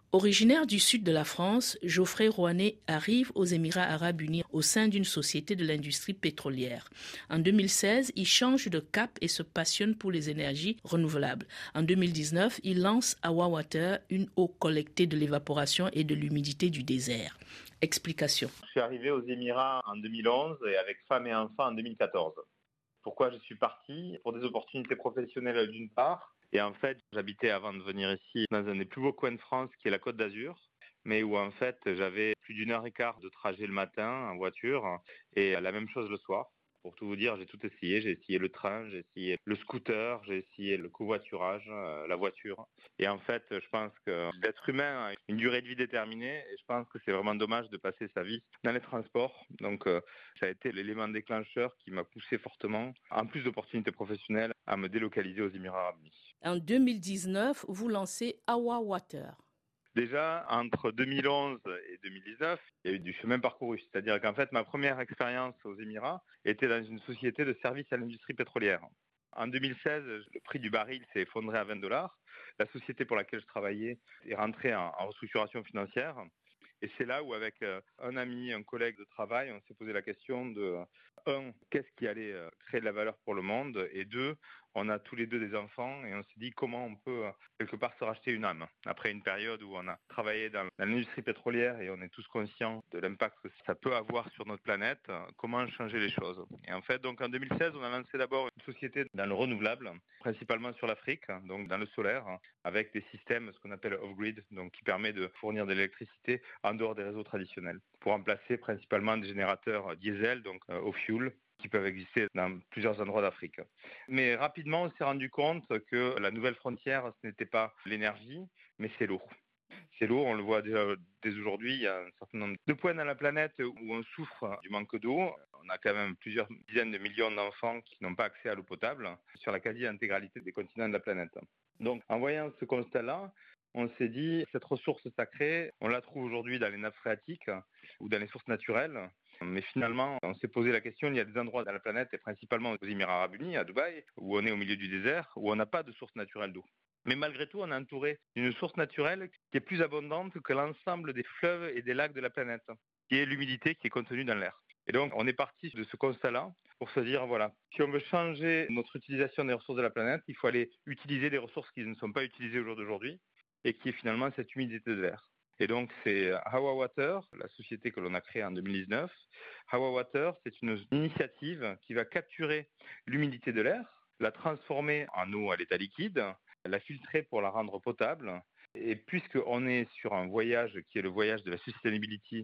Originaire du sud de la France, Geoffrey Rouanet arrive aux Émirats arabes unis au sein d'une société de l'industrie pétrolière. En 2016, il change de cap et se passionne pour les énergies renouvelables. En 2019, il lance Awa Water, une eau collectée de l'évaporation et de l'humidité du désert. Explication. Je suis arrivé aux Émirats en 2011 et avec femme et enfants en 2014. Pourquoi je suis parti? Pour des opportunités professionnelles d'une part. Et en fait, j'habitais avant de venir ici dans un des plus beaux coins de France qui est la Côte d'Azur, mais où en fait j'avais plus d'1 heure et quart de trajet le matin en voiture et la même chose le soir. Pour tout vous dire, j'ai tout essayé. J'ai essayé le train, j'ai essayé le scooter, j'ai essayé le covoiturage, la voiture. Et en fait, je pense que l'être humain a une durée de vie déterminée et je pense que c'est vraiment dommage de passer sa vie dans les transports. Donc, ça a été l'élément déclencheur qui m'a poussé fortement, en plus d'opportunités professionnelles, à me délocaliser aux Émirats arabes unis. En 2019, vous lancez Awa Water. Déjà, entre 2011 et 2019, il y a eu du chemin parcouru. C'est-à-dire qu'en fait, ma première expérience aux Émirats était dans une société de services à l'industrie pétrolière. En 2016, le prix du baril s'est effondré à $20. La société pour laquelle je travaillais est rentrée en restructuration financière. Et c'est là où, avec un ami, un collègue de travail, on s'est posé la question de, un, qu'est-ce qui allait créer de la valeur pour le monde, et deux, on a tous les deux des enfants, et on s'est dit comment on peut, quelque part, se racheter une âme. Après une période où on a travaillé dans l'industrie pétrolière, et on est tous conscients de l'impact que ça peut avoir sur notre planète, comment changer les choses. Et en fait, donc en 2016, on a lancé d'abord une société dans le renouvelable, principalement sur l'Afrique, donc dans le solaire, avec des systèmes, ce qu'on appelle off-grid, donc qui permet de fournir de l'électricité en dehors des réseaux traditionnels, pour remplacer principalement des générateurs diesel, donc au fuel, qui peuvent exister dans plusieurs endroits d'Afrique. Mais rapidement, on s'est rendu compte que la nouvelle frontière, ce n'était pas l'énergie, mais c'est l'eau. C'est l'eau, on le voit déjà dès aujourd'hui, il y a un certain nombre de points dans la planète où on souffre du manque d'eau. On a quand même plusieurs dizaines de millions d'enfants qui n'ont pas accès à l'eau potable sur la quasi-intégralité des continents de la planète. Donc, en voyant ce constat-là, on s'est dit, cette ressource sacrée, on la trouve aujourd'hui dans les nappes phréatiques ou dans les sources naturelles. Mais finalement, on s'est posé la question, il y a des endroits dans la planète, et principalement aux Émirats arabes unis, à Dubaï, où on est au milieu du désert, où on n'a pas de source naturelle d'eau. Mais malgré tout, on est entouré d'une source naturelle qui est plus abondante que l'ensemble des fleuves et des lacs de la planète, qui est l'humidité qui est contenue dans l'air. Et donc, on est parti de ce constat-là pour se dire, voilà, si on veut changer notre utilisation des ressources de la planète, il faut aller utiliser des ressources qui ne sont pas utilisées au jour d'aujourd'hui, et qui est finalement cette humidité de l'air. Et donc, c'est Awa Water, la société que l'on a créée en 2019. Awa Water, c'est une initiative qui va capturer l'humidité de l'air, la transformer en eau à l'état liquide, la filtrer pour la rendre potable. Et puisqu'on est sur un voyage qui est le voyage de la sustainability,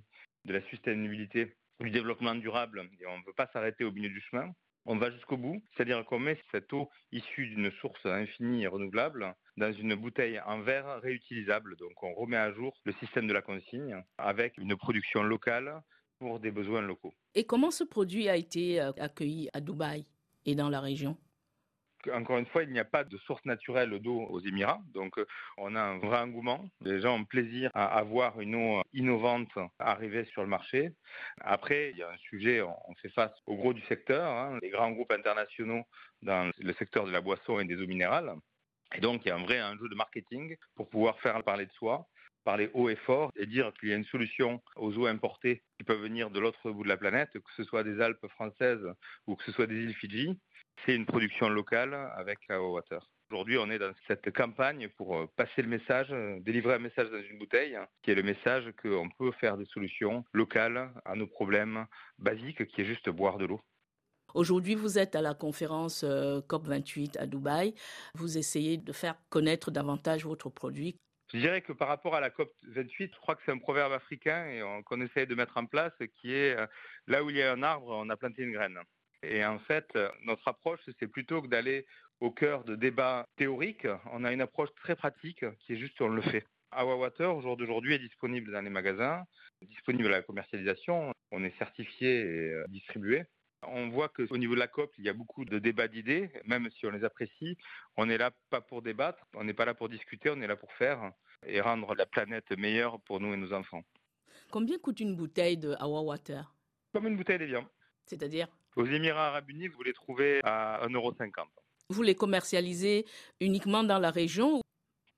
du développement durable, et on ne veut pas s'arrêter au milieu du chemin, on va jusqu'au bout, c'est-à-dire qu'on met cette eau issue d'une source infinie et renouvelable dans une bouteille en verre réutilisable. Donc on remet à jour le système de la consigne avec une production locale pour des besoins locaux. Et comment ce produit a été accueilli à Dubaï et dans la région? Encore une fois, il n'y a pas de source naturelle d'eau aux Émirats, donc on a un vrai engouement. Les gens ont plaisir à avoir une eau innovante arriver sur le marché. Après, il y a un sujet, on fait face au gros du secteur, les grands groupes internationaux dans le secteur de la boisson et des eaux minérales. Et donc, il y a un vrai enjeu de marketing pour pouvoir faire parler de soi, parler haut et fort et dire qu'il y a une solution aux eaux importées qui peuvent venir de l'autre bout de la planète, que ce soit des Alpes françaises ou que ce soit des îles Fidji. C'est une production locale avec Awa Water. Aujourd'hui, on est dans cette campagne pour passer le message, délivrer un message dans une bouteille, qui est le message qu'on peut faire des solutions locales à nos problèmes basiques, qui est juste boire de l'eau. Aujourd'hui, vous êtes à la conférence COP28 à Dubaï. Vous essayez de faire connaître davantage votre produit. Je dirais que par rapport à la COP28, je crois que c'est un proverbe africain et qu'on essaye de mettre en place qui est là où il y a un arbre, on a planté une graine. Et en fait, notre approche, c'est plutôt que d'aller au cœur de débats théoriques, on a une approche très pratique qui est juste on le fait. Awa Water, au jour d'aujourd'hui, est disponible dans les magasins, disponible à la commercialisation, on est certifié et distribué. On voit qu'au niveau de la COP, il y a beaucoup de débats d'idées, même si on les apprécie. On n'est là pas pour débattre, on n'est pas là pour discuter, on est là pour faire et rendre la planète meilleure pour nous et nos enfants. Combien coûte une bouteille de Awa Water? Comme une bouteille d'Évian. C'est-à-dire? Aux Émirats arabes unis, vous les trouvez à 1,50 €. Vous les commercialisez uniquement dans la région?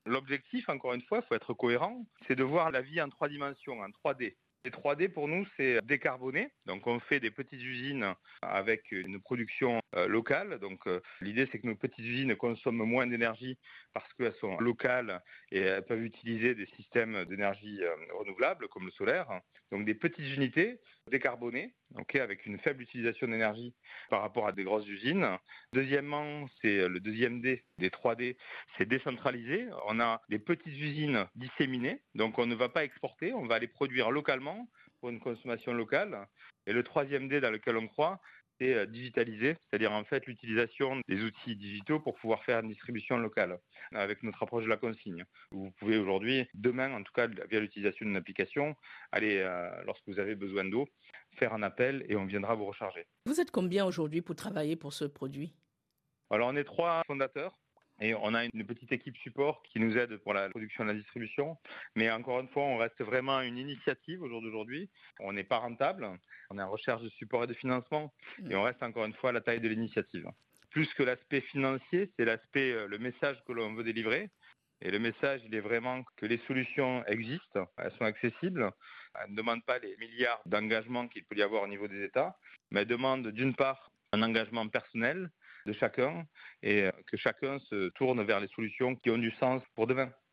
L'objectif, encore une fois, il faut être cohérent, c'est de voir la vie en 3 dimensions, en 3D. Les 3D, pour nous, c'est décarboner. Donc, on fait des petites usines avec une production locale. Donc, l'idée, c'est que nos petites usines consomment moins d'énergie parce qu'elles sont locales et elles peuvent utiliser des systèmes d'énergie renouvelable, comme le solaire. Donc, des petites unités décarbonées, avec une faible utilisation d'énergie par rapport à des grosses usines. Deuxièmement, c'est le deuxième D des 3D, c'est décentralisé. On a des petites usines disséminées, donc on ne va pas exporter, on va les produire localement pour une consommation locale. Et le troisième D dans lequel on croit, c'est digitaliser, c'est-à-dire en fait l'utilisation des outils digitaux pour pouvoir faire une distribution locale avec notre approche de la consigne. Vous pouvez aujourd'hui, demain en tout cas, via l'utilisation d'une application, aller, lorsque vous avez besoin d'eau, faire un appel et on viendra vous recharger. Vous êtes combien aujourd'hui pour travailler pour ce produit? Alors on est 3 fondateurs. Et on a une petite équipe support qui nous aide pour la production et la distribution. Mais encore une fois, on reste vraiment une initiative au jour d'aujourd'hui. On n'est pas rentable. On est en recherche de support et de financement. Et on reste encore une fois à la taille de l'initiative. Plus que l'aspect financier, c'est l'aspect, le message que l'on veut délivrer. Et le message, il est vraiment que les solutions existent, elles sont accessibles. Elles ne demandent pas les milliards d'engagements qu'il peut y avoir au niveau des États, mais elles demandent d'une part un engagement personnel de chacun et que chacun se tourne vers les solutions qui ont du sens pour demain.